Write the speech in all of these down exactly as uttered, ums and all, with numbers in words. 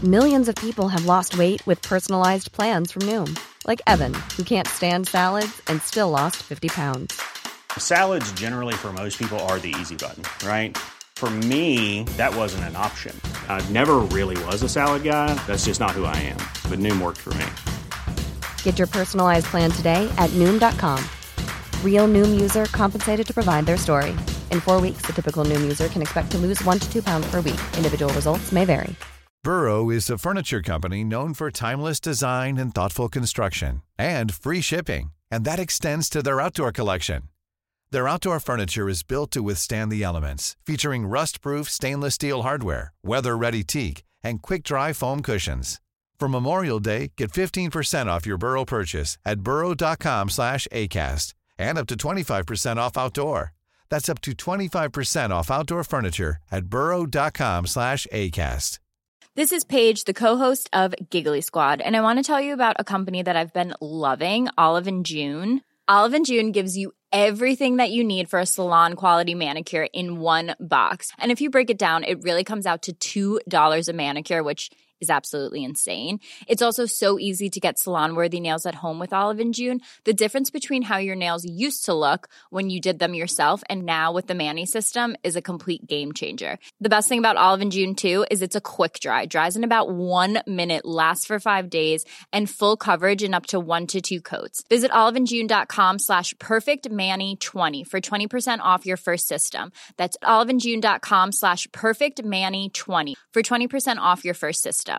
Millions of people have lost weight with personalized plans from Noom. Like Evan, who can't stand salads and still lost fifty pounds. Salads generally for most people are the easy button, right? For me, that wasn't an option. I never really was a salad guy. That's just not who I am. But Noom worked for me. Get your personalized plan today at Noom dot com. Real Noom user compensated to provide their story. In four weeks, the typical Noom user can expect to lose one to two pounds per week. Individual results may vary. Burrow is a furniture company known for timeless design and thoughtful construction, and free shipping, and that extends to their outdoor collection. Their outdoor furniture is built to withstand the elements, featuring rust-proof stainless steel hardware, weather-ready teak, and quick-dry foam cushions. For Memorial Day, get fifteen percent off your Burrow purchase at burrow dot com slash acast, and up to twenty-five percent off outdoor. That's up to twenty-five percent off outdoor furniture at burrow dot com slash acast. This is Paige, the co-host of Giggly Squad, and I want to tell you about a company that I've been loving, Olive and June. Olive and June gives you everything that you need for a salon-quality manicure in one box. And if you break it down, it really comes out to two dollars a manicure, which is absolutely insane. It's also so easy to get salon-worthy nails at home with Olive and June. The difference between how your nails used to look when you did them yourself and now with the Mani system is a complete game changer. The best thing about Olive and June, too, is it's a quick dry. Dries in about one minute, lasts for five days, and full coverage in up to one to two coats. Visit oliveandjune.com slash perfectmani20 for twenty percent off your first system. That's oliveandjune.com slash perfectmani20 for twenty percent off your first system.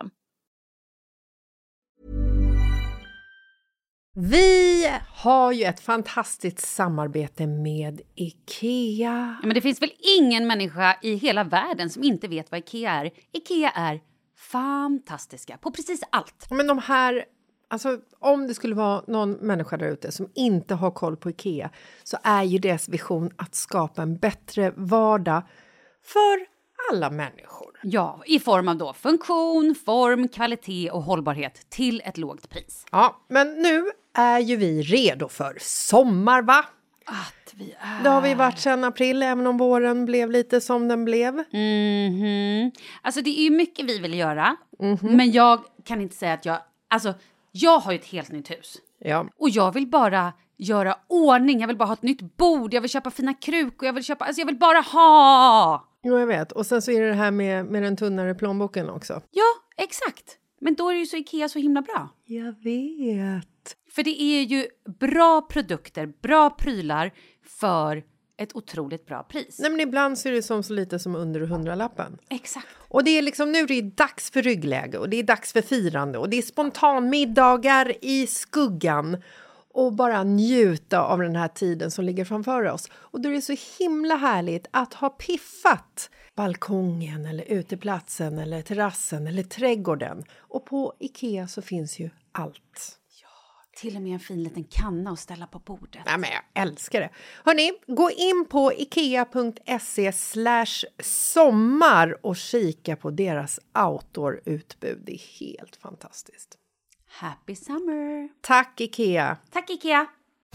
Vi har ju ett fantastiskt samarbete med IKEA. Ja, men det finns väl ingen människa i hela världen som inte vet vad IKEA är. IKEA är fantastiska på precis allt. Men de här, alltså om det skulle vara någon människa där ute som inte har koll på IKEA, så är ju deras vision att skapa en bättre vardag för alla människor. Ja, i form av då funktion, form, kvalitet och hållbarhet till ett lågt pris. Ja, men nu är ju vi redo för sommar, va? Att vi är... Det har vi varit sedan april, även om våren blev lite som den blev. Mhm. Alltså det är ju mycket vi vill göra. Mm-hmm. Men jag kan inte säga att jag... Alltså, jag har ju ett helt nytt hus. Ja. Och jag vill bara göra ordning. Jag vill bara ha ett nytt bord. Jag vill köpa fina krukor. Jag vill köpa... Alltså jag vill bara ha... Jo, jag vet. Och sen så är det det här med, med den tunnare plånboken också. Ja, exakt. Men då är det ju så IKEA så himla bra. Jag vet. För det är ju bra produkter, bra prylar för ett otroligt bra pris. Nej, men ibland så är det som så lite som under hundralappen. Exakt. Och det är liksom nu det är dags för ryggläge och det är dags för firande och det är spontanmiddagar i skuggan. Och bara njuta av den här tiden som ligger framför oss. Och då är det så himla härligt att ha piffat balkongen eller uteplatsen eller terrassen eller trädgården. Och på IKEA så finns ju allt. Ja, till och med en fin liten kanna att ställa på bordet. Nej, men jag älskar det. Hörrni, gå in på ikea.se slash sommar och kika på deras outdoor-utbud. Det är helt fantastiskt. Happy summer! Tack IKEA! Tack IKEA!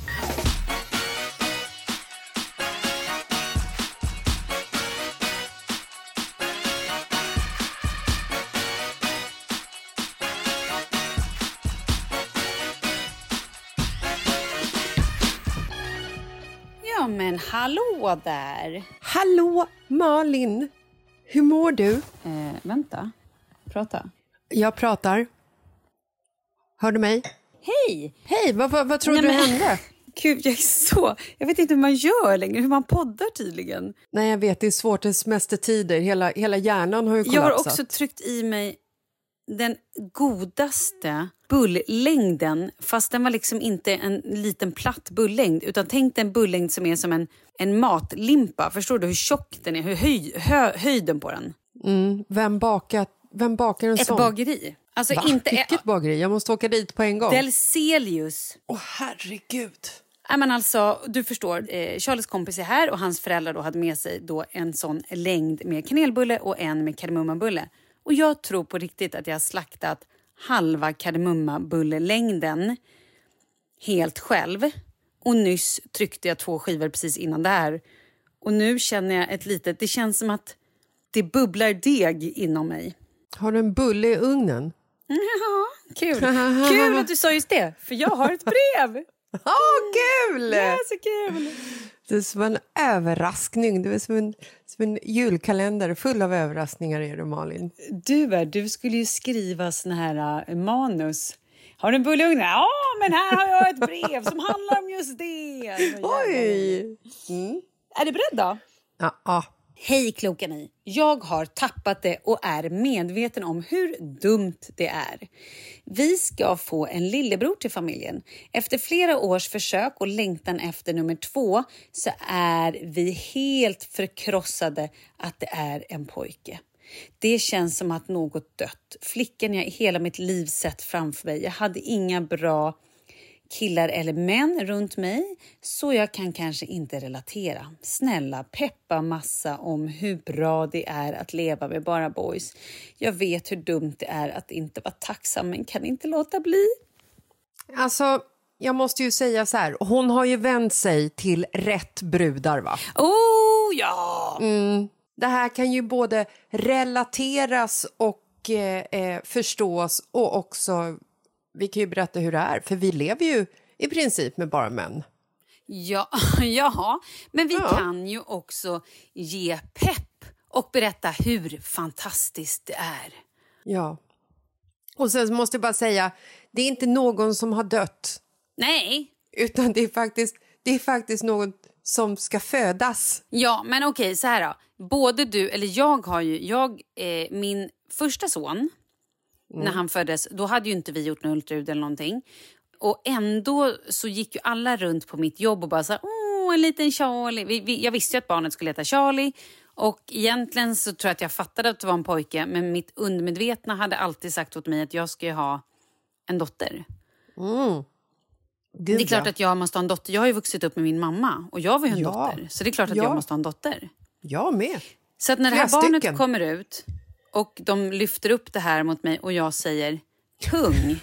Ja men hallå där! Hallå Malin! Hur mår du? Eh, vänta, prata. Jag pratar. Hör du mig? Hej! Hej, vad, vad, vad tror Nej, du men... hände? Gud, jag är så... Jag vet inte hur man gör längre, hur man poddar tydligen. Nej, jag vet, det är svårt, det är semestertider. Hela, hela hjärnan har ju kollapsat. Jag har också tryckt i mig den godaste bulllängden, fast den var liksom inte en liten platt bullängd, utan tänk en bullängd som är som en, en matlimpa. Förstår du hur tjock den är, hur höj, hö, höjden på den? Mm, vem bakar, vem bakar en Ett sån? Ett bageri. Alltså Va? inte Vilket bageri? Jag måste åka dit på en gång. Delcelius. Åh, oh, herregud. Ja, men alltså, du förstår, eh, Charles kompis är här och hans föräldrar då hade med sig då en sån längd med kanelbulle och en med kardemummabulle. Och jag tror på riktigt att jag har slaktat halva kardemummabulle-längden helt själv. Och nyss tryckte jag två skivor precis innan det här. Och nu känner jag ett litet, det känns som att det bubblar deg inom mig. Har du en bulle i ugnen? Ja, kul. Kul att du sa just det, för jag har ett brev. Åh, oh, kul! Ja, så kul. Det är som en överraskning. Det är som en, som en julkalender full av överraskningar, är det, Malin. Du, är, du skulle ju skriva såna här uh, manus. Har du en bulle i ugnen? Ja, men här har jag ett brev som handlar om just det. Oj! Mm. Är du beredd då? Ja, ja. Hej kloka ni, jag har tappat det och är medveten om hur dumt det är. Vi ska få en lillebror till familjen. Efter flera års försök och längtan efter nummer två så är vi helt förkrossade att det är en pojke. Det känns som att något dött. Flickan jag i hela mitt liv sett framför mig. Jag hade inga bra killar eller män runt mig, så jag kan kanske inte relatera. Snälla, peppa massa om hur bra det är att leva med bara boys. Jag vet hur dumt det är att inte vara tacksam, men kan inte låta bli. Alltså, jag måste ju säga så här. Hon har ju vänt sig till rätt brudar, va? Oh, ja! Mm. Det här kan ju både relateras och eh, förstås, och också... Vi kan ju berätta hur det är, för vi lever ju i princip med bara män. Ja, ja, men vi ja. kan ju också ge pepp och berätta hur fantastiskt det är. Ja. Och sen måste jag bara säga, det är inte någon som har dött. Nej. Utan det är faktiskt, det är faktiskt någon som ska födas. Ja, men okej, så här då. Både du, eller jag har ju, jag, eh, min första son... Mm. När han föddes, då hade ju inte vi gjort någon ultraljud eller någonting. Och ändå så gick ju alla runt på mitt jobb och bara så här, åh, en liten Charlie. Vi, vi, jag visste ju att barnet skulle heta Charlie. Och egentligen så tror jag att jag fattade att det var en pojke. Men mitt undermedvetna hade alltid sagt åt mig att jag ska ha en dotter. Mm. Det är klart att jag måste ha en dotter. Jag har ju vuxit upp med min mamma. Och jag var ju en ja. dotter. Så det är klart att ja. jag måste ha en dotter. Jag med. Så att när Flera det här barnet stycken. kommer ut... Och de lyfter upp det här mot mig och jag säger pung.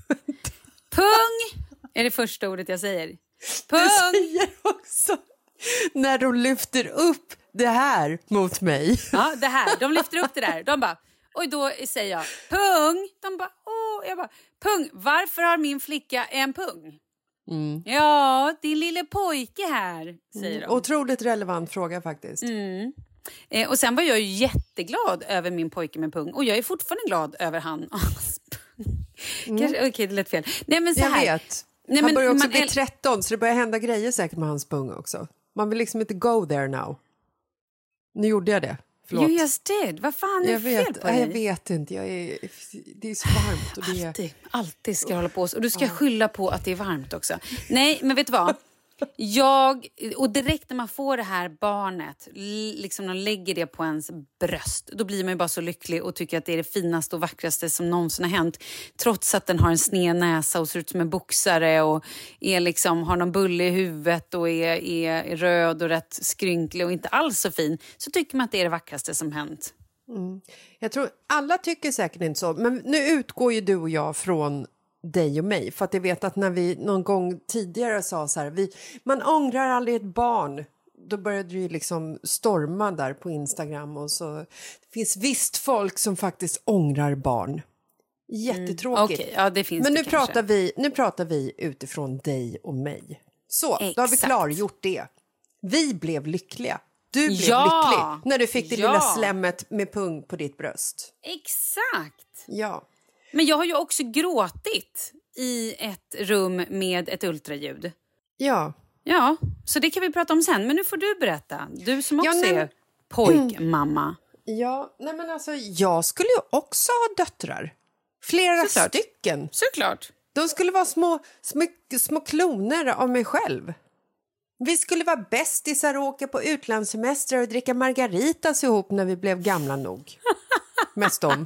Pung är det första ordet jag säger. Pung! Du säger också när de lyfter upp det här mot mig. Ja, det här. De lyfter upp det där. De bara, och då säger jag pung. De bara, åh, jag bara, pung. Varför har min flicka en pung? Mm. Ja, din lille pojke här, säger de. Otroligt relevant fråga faktiskt. Mm. Eh, och sen var jag ju jätteglad över min pojke med pung. Och jag är fortfarande glad över han. mm. Okej, okay, det lät fel. Nej, men så jag här. vet. Nej, han men, börjar också man, bli tretton, så det börjar hända grejer säkert med hans pung också. Man vill liksom inte go there now. Nu gjorde jag det. Förlåt. You just did. Vad fan är jag fel vet, på dig? Jag vet inte. Jag är, det är så varmt. Och det är... Alltid, alltid ska jag hålla på så. Och du ska skylla på att det är varmt också. Nej, men vet du vad? Jag, och direkt när man får det här barnet, liksom de lägger det på ens bröst, då blir man ju bara så lycklig och tycker att det är det finaste och vackraste som någonsin har hänt. Trots att den har en sned näsa och ser ut som en boxare och är liksom, har någon bulle i huvudet och är, är röd och rätt skrynklig och inte alls så fin, så tycker man att det är det vackraste som hänt. Mm. Jag tror alla tycker säkert inte så, men nu utgår ju du och jag från dig och mig, för att jag vet att när vi någon gång tidigare sa så här, vi, man ångrar aldrig ett barn, då började det ju liksom storma där på Instagram, och så det finns visst folk som faktiskt ångrar barn. Jättetråkigt. Mm, okay. Ja, det finns men det nu kanske. pratar vi nu pratar vi utifrån dig och mig. Så, exakt. Då har vi klargjort det. Vi blev lyckliga. Du blev ja. lycklig när du fick det ja. lilla slemmet med pung på ditt bröst. Exakt. Ja. Men jag har ju också gråtit i ett rum med ett ultraljud. Ja. Ja, så det kan vi prata om sen. Men nu får du berätta. Du som också ja, nej, är pojkmamma. Ja, nej men alltså, jag skulle ju också ha döttrar. Flera Såklart. stycken. Såklart. De skulle vara små, små, små kloner av mig själv. Vi skulle vara bästisar och åka på utlandssemester och dricka margaritas ihop när vi blev gamla nog. Mest dem.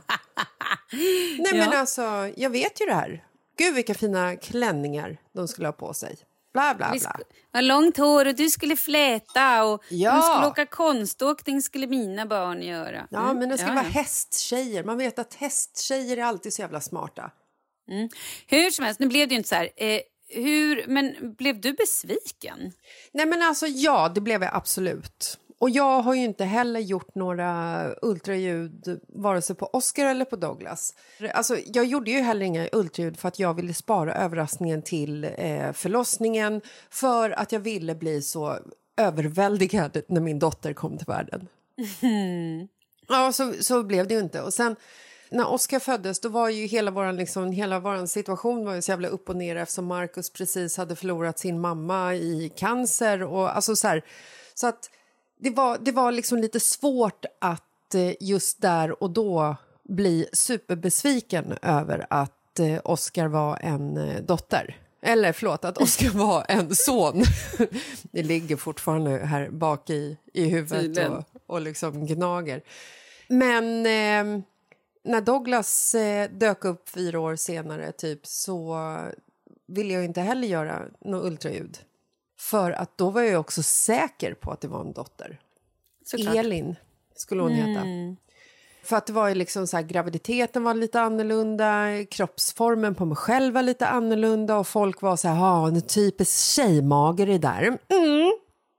Nej ja. men alltså, jag vet ju det här. Gud vilka fina klänningar de skulle ha på sig. Bla bla bla. Vi ha långt hår och du skulle fläta och ja. de skulle åka konståkning skulle mina barn göra. Mm. Ja, men det skulle ja, vara ja. hästtjejer. Man vet att hästtjejer är alltid så jävla smarta. Mm. Hur som helst, nu blev det ju inte så här. Eh, hur, men blev du besviken? Nej men alltså ja, det blev jag absolut. Och jag har ju inte heller gjort några ultraljud vare sig på Oscar eller på Douglas. Alltså, jag gjorde ju heller inga ultraljud för att jag ville spara överraskningen till eh, förlossningen. För att jag ville bli så överväldigad när min dotter kom till världen. Mm. Ja, så, så blev det ju inte. Och sen när Oscar föddes, då var ju hela våran, liksom, hela våran situation var ju så jävla upp och ner eftersom Marcus precis hade förlorat sin mamma i cancer. Och, alltså, så här, så att det var, det var liksom lite svårt att eh, just där och då bli superbesviken över att eh, Oscar var en eh, dotter. Eller förlåt, att Oscar var en son. Det ligger fortfarande här bak i, i huvudet och, och liksom gnager. Men eh, när Douglas eh, dök upp fyra år senare typ, så ville jag inte heller göra något ultraljud. För att då var jag också säker på att det var en dotter. Såklart. Elin skulle hon heta. Mm. För att det var ju liksom så här, graviditeten var lite annorlunda, kroppsformen på mig själv var lite annorlunda och folk var så här, ja, en typisk tjejmager är där. Mm.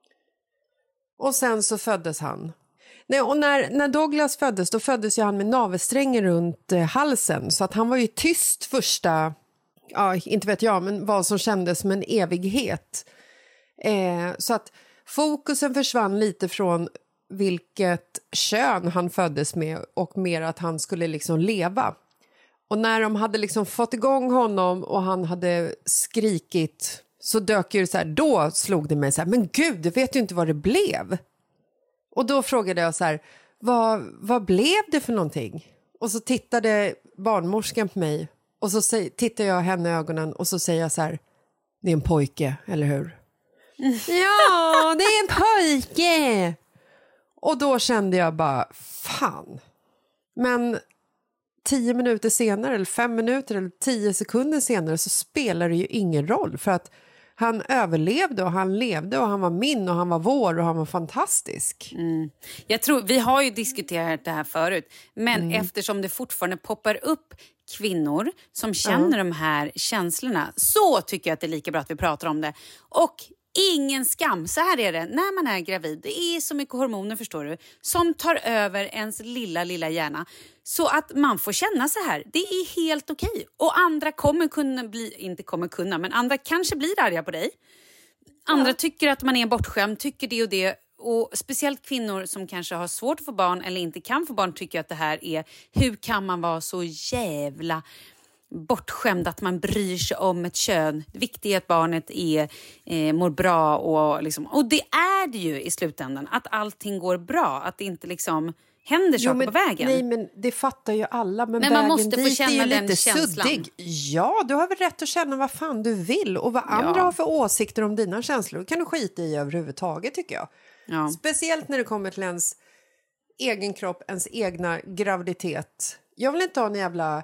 Och sen så föddes han. Nej, och när, när Douglas föddes, då föddes ju han med navelsträngen runt eh, halsen. Så att han var ju tyst första, ja, inte vet jag, men vad som kändes som en evighet. Eh, så att fokusen försvann lite från vilket kön han föddes med och mer att han skulle liksom leva. Och när de hade liksom fått igång honom och han hade skrikit, så dök ju så här, då slog det mig så här, men gud, jag vet ju inte vad det blev. Och då frågade jag så här, vad, vad blev det för någonting? Och så tittade barnmorskan på mig och så säg, tittade jag henne i ögonen och så säger jag så här, det är en pojke, eller hur? Ja, det är en pojke! Och då kände jag bara, fan. Men tio minuter senare, eller fem minuter, eller tio sekunder senare så spelar det ju ingen roll. För att han överlevde och han levde och han var min och han var vår och han var fantastisk. Mm. Jag tror, vi har ju diskuterat det här förut. Men mm. eftersom det fortfarande poppar upp kvinnor som känner mm. de här känslorna, så tycker jag att det är lika bra att vi pratar om det. Och ingen skam, så här är det. När man är gravid, det är så mycket hormoner, förstår du, som tar över ens lilla, lilla hjärna. Så att man får känna så här, det är helt okej. Och andra kommer kunna bli, inte kommer kunna, men andra kanske blir arga på dig. Andra ja. tycker att man är bortskämd, tycker det och det. Och speciellt kvinnor som kanske har svårt att få barn eller inte kan få barn tycker att det här är, hur kan man vara så jävla bortskämd att man bryr sig om ett kön. Det viktiga är att barnet är, eh, mår bra och, liksom, och det är det ju i slutändan, att allting går bra, att det inte liksom händer saker på vägen. Nej, men det fattar ju alla, men, men man måste få känna den lite känslan. Suddig. Ja, du har väl rätt att känna vad fan du vill och vad andra ja. har för åsikter om dina känslor kan du skita i överhuvudtaget, tycker jag. Ja. Speciellt när det kommer till ens egen kropp, ens egna graviditet. Jag vill inte ha en jävla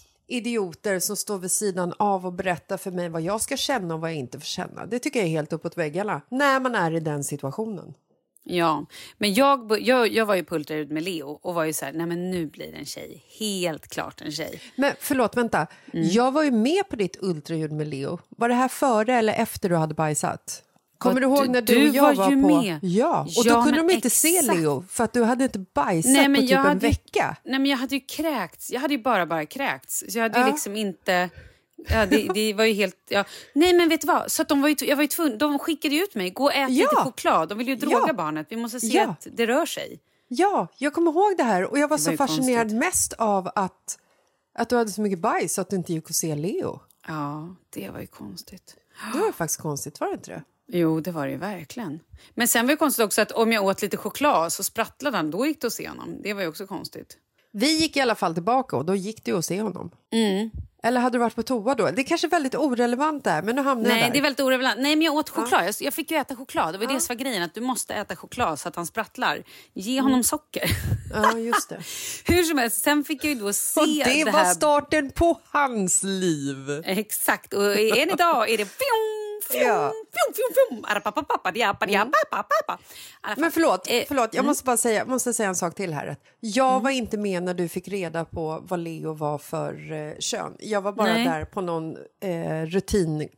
idioter som står vid sidan av och berättar för mig vad jag ska känna och vad jag inte får känna. Det tycker jag är helt uppåt väggarna när man är i den situationen. Ja, men jag, jag, jag var ju på ultraljud med Leo och var ju så här, nej men nu blir det en tjej. Helt klart en tjej. Men förlåt, vänta. Mm. Jag var ju med på ditt ultraljud med Leo. Var det här före eller efter du hade bajsat? Kommer du ihåg när du, du och jag var, var på? Med. Ja, och ja, då kunde de inte exakt. se Leo för att du hade inte bajsat nej, men på typ en hade, vecka. Nej, men jag hade ju kräkts. Jag hade ju bara bara kräkts. Så jag hade ja. ju liksom inte... Ja, det, det var ju helt... Ja. Nej, men vet du vad? Så att de var ju, jag var ju tvungen, de skickade ut mig. Gå och ät ja. lite choklad. De vill ju droga ja. barnet. Vi måste se ja. att det rör sig. Ja, jag kommer ihåg det här. Och jag var, var så fascinerad konstigt. mest av att, att du hade så mycket bajs så att du inte gick att se Leo. Ja, det var ju konstigt. Det var ju faktiskt konstigt, var det inte det? Jo, det var det ju verkligen. Men sen var det konstigt också att om jag åt lite choklad så sprattlade han. Då gick det att se honom. Det var ju också konstigt. Vi gick i alla fall tillbaka och då gick det att se honom. Mm. Eller hade du varit på toa då? Det är kanske väldigt orelevant där, men nu hamnar Nej, jag där. det är väldigt orelevant. Nej, men jag åt choklad. Ja. Jag, jag fick ju äta choklad. Det var ja. det som var grejen, att du måste äta choklad så att han sprattlar. Ge honom mm. socker. Ja, just det. Hur som helst, sen fick jag ju då se och det, det var här... starten på hans liv. Exakt, och än idag är det... Ja. Men förlåt, förlåt jag måste bara säga, måste säga en sak till här. Jag mm. var inte med när du fick reda på vad Leo var för eh, kön. Jag var bara Nej. där på någon eh,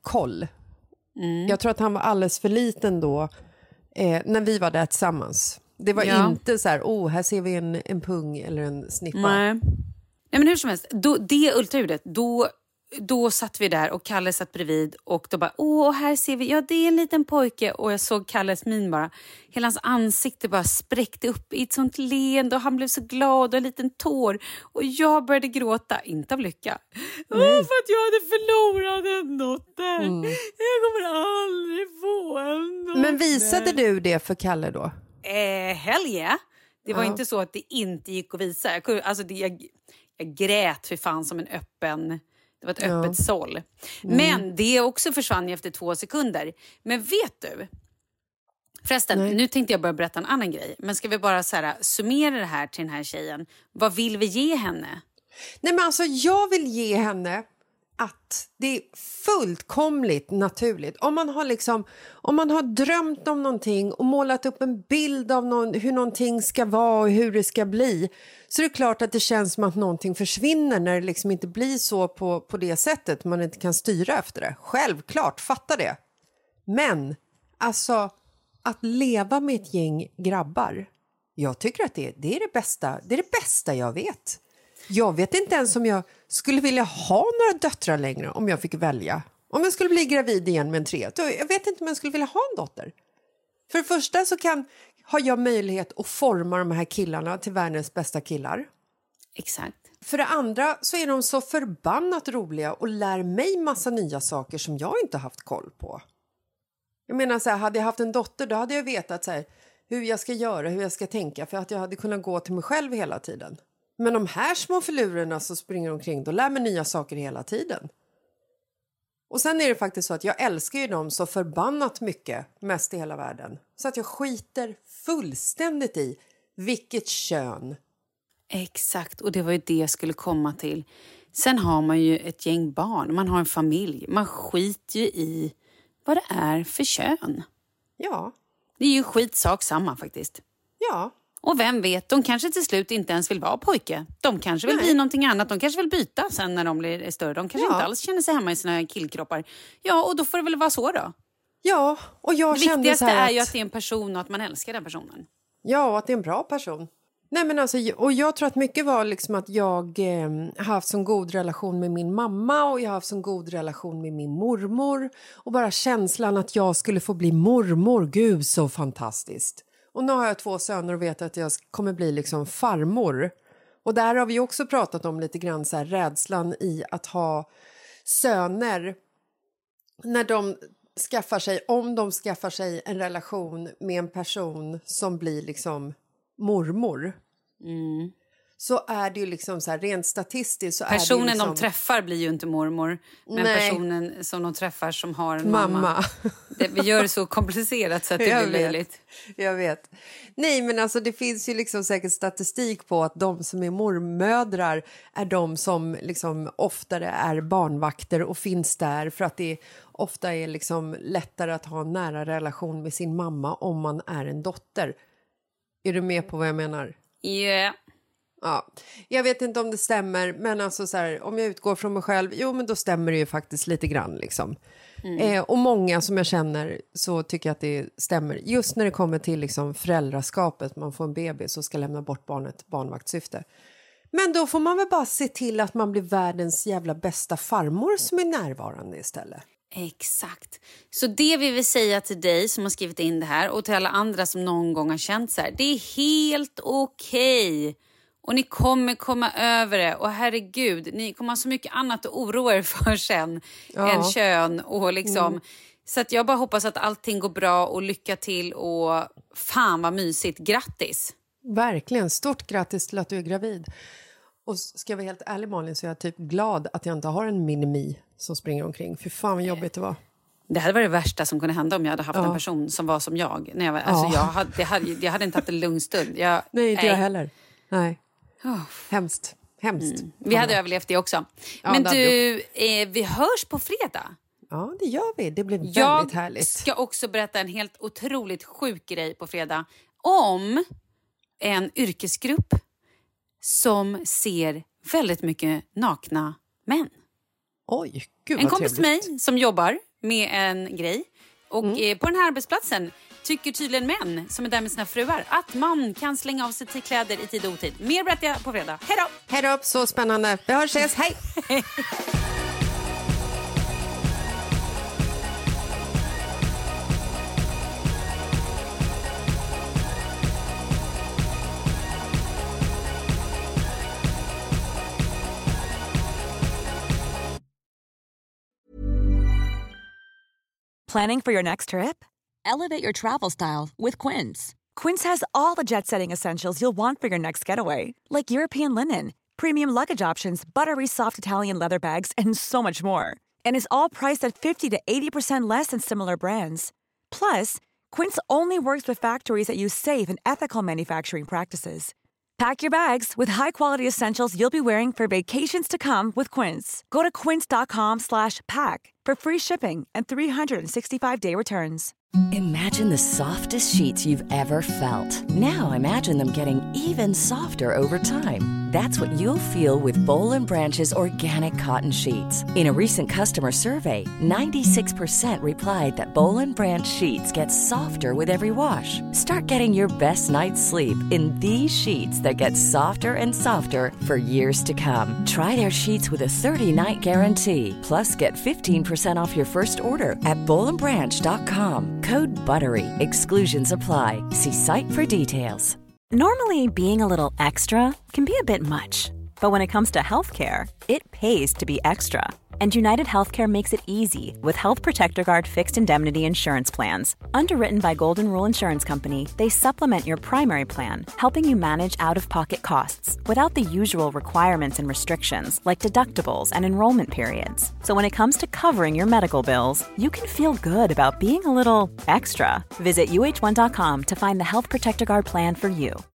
rutinkoll. Mm. Jag tror att han var alldeles för liten då eh, när vi var där tillsammans. Det var Ja. inte så här, oh, här ser vi en, en pung eller en snippa. Nej. Nej, men hur som helst, då, det ultraljudet, då, då satt vi där och Kalle satt bredvid och då bara, åh, här ser vi, ja det är en liten pojke. Och jag såg Kalles min bara, hela hans ansikte bara spräckte upp i ett sånt leende och han blev så glad och en liten tår. Och jag började gråta, inte av lycka. Åh, för att jag hade förlorat en dotter. Mm. Jag kommer aldrig få en dotter. Men visade du det för Kalle då? Eh, hell yeah. Det var Ja. inte så att det inte gick att visa. Jag, kunde, alltså det, jag, jag grät för fan som en öppen... Det var ett Ja. öppet såll. Mm. Men det också försvann efter två sekunder. Men vet du... Förresten, Nej. nu tänkte jag börja berätta en annan grej. Men ska vi bara så här, summera det här till den här tjejen. Vad vill vi ge henne? Nej, men alltså jag vill ge henne att det är fullkomligt naturligt. Om man har liksom, om man har drömt om någonting och målat upp en bild av någon, hur någonting ska vara och hur det ska bli, så är det klart att det känns som att någonting försvinner när det liksom inte blir så på, på det sättet. Man inte kan styra efter det. Självklart, fatta det. Men alltså att leva med ett gäng grabbar, jag tycker att det, det är det bästa. Det är det bästa jag vet. Jag vet inte ens om jag skulle vilja ha några döttrar längre om jag fick välja. Om jag skulle bli gravid igen med en tre. Jag vet inte om jag skulle vilja ha en dotter. För det första så kan, har jag möjlighet att forma de här killarna till världens bästa killar. Exakt. För det andra så är de så förbannat roliga och lär mig massa nya saker som jag inte haft koll på. Jag menar så här, hade jag haft en dotter då hade jag vetat så här, hur jag ska göra, hur jag ska tänka. För att jag hade kunnat gå till mig själv hela tiden. Men de här små förlurarna som springer omkring, då lär mig nya saker hela tiden. Och sen är det faktiskt så att jag älskar ju dem så förbannat mycket, mest i hela världen. Så att jag skiter fullständigt i vilket kön. Exakt, och det var ju det jag skulle komma till. Sen har man ju ett gäng barn, man har en familj. Man skiter ju i vad det är för kön. Ja. Det är ju skitsak samma faktiskt. Ja. Och vem vet, de kanske till slut inte ens vill vara pojke. De kanske vill Nej. bli någonting annat. De kanske vill byta sen när de blir större. De kanske Ja. inte alls känner sig hemma i sina killkroppar. Ja, och då får det väl vara så då. Ja, och jag Det kände viktigaste så här är ju att, att det är en person och att man älskar den personen. ja, och att det är en bra person. Nej, men alltså, och jag tror att mycket var liksom att jag eh, har haft så god relation med min mamma och jag har haft så god relation med min mormor. Och bara känslan att jag skulle få bli mormor, gud så fantastiskt. Och nu har jag två söner och vet att jag kommer bli liksom farmor. Och där har vi också pratat om lite grann så här, rädslan i att ha söner när de skaffar sig, om de skaffar sig en relation med en person som blir liksom mormor. Mm. Så är det ju liksom så här, rent statistiskt så Personen är det liksom, de träffar blir ju inte mormor. Men Nej. personen som de träffar som har en mamma. mamma. Det, vi gör det så komplicerat så att det Jag blir vet. löjligt. Jag vet. Nej, men alltså det finns ju liksom säkert statistik på att de som är mormödrar är de som liksom oftare är barnvakter och finns där för att det ofta är liksom lättare att ha en nära relation med sin mamma om man är en dotter. Är du med på vad jag menar? Yeah. Ja, jag vet inte om det stämmer, men alltså så här, om jag utgår från mig själv, jo men då stämmer det ju faktiskt lite grann liksom. Mm. Eh, och många som jag känner så tycker jag att det stämmer. Just när det kommer till liksom föräldraskapet, man får en bebis och ska lämna bort barnet barnvaktssyfte. Men då får man väl bara se till att man blir världens jävla bästa farmor som är närvarande istället. Exakt. Så det vi vill säga till dig som har skrivit in det här och till alla andra som någon gång har känt så här, det är helt okej. Och ni kommer komma över det. Och herregud, ni kommer ha så mycket annat att oroa er för sen Ja. än kön. Och liksom, Mm. Så att jag bara hoppas att allting går bra och lycka till. Och fan vad mysigt. Grattis! Verkligen, stort grattis till att du är gravid. Och ska jag vara helt ärlig Malin så är jag typ glad att jag inte har en minimi som springer omkring. För fan vad jobbigt det var. Det hade varit det värsta som kunde hända om jag hade haft Ja. en person som var som jag. När jag, var, alltså Ja. jag, hade, jag, hade, jag hade inte haft en lugn stund. Jag, Nej, inte jag heller. Nej. Oh. Hemskt. Hemskt. Mm. Vi hade överlevt det också. Ja, Men det hade du, eh, vi hörs på fredag. Ja, det gör vi. Det blev väldigt Jag härligt. ska också berätta en helt otroligt sjuk grej på fredag. Om en yrkesgrupp som ser väldigt mycket nakna män. Oj, gud En vad kompis till trevligt. mig som jobbar med en grej. Och Mm. eh, på den här arbetsplatsen tycker tydligen män som är där med sina fruar att man kan slänga av sig till kläder i tid och otid. Mer berättar jag på fredag. Hej då! Hej då, så spännande. Vi hörs, ses, hej! Planning for your next trip? Elevate your travel style with Quince. Quince has all the jet-setting essentials you'll want for your next getaway, like European linen, premium luggage options, buttery soft Italian leather bags, and so much more. And is all priced at fifty to eighty percent less than similar brands. Plus, Quince only works with factories that use safe and ethical manufacturing practices. Pack your bags with high-quality essentials you'll be wearing for vacations to come with Quince. Go to quince.com slash pack for free shipping and three sixty-five day returns. Imagine the softest sheets you've ever felt. Now imagine them getting even softer over time. That's what you'll feel with Boll and Branch's organic cotton sheets. In a recent customer survey, ninety-six percent replied that Boll and Branch sheets get softer with every wash. Start getting your best night's sleep in these sheets that get softer and softer for years to come. Try their sheets with a thirty-night guarantee. Plus, get fifteen percent off your first order at boll and branch dot com. Code BUTTERY. Exclusions apply. See site for details. Normally, being a little extra can be a bit much. But when it comes to healthcare, it pays to be extra. And United Healthcare makes it easy with Health Protector Guard fixed indemnity insurance plans. Underwritten by Golden Rule Insurance Company, they supplement your primary plan, helping you manage out-of-pocket costs without the usual requirements and restrictions like deductibles and enrollment periods. So when it comes to covering your medical bills, you can feel good about being a little extra. Visit U H one dot com to find the Health Protector Guard plan for you.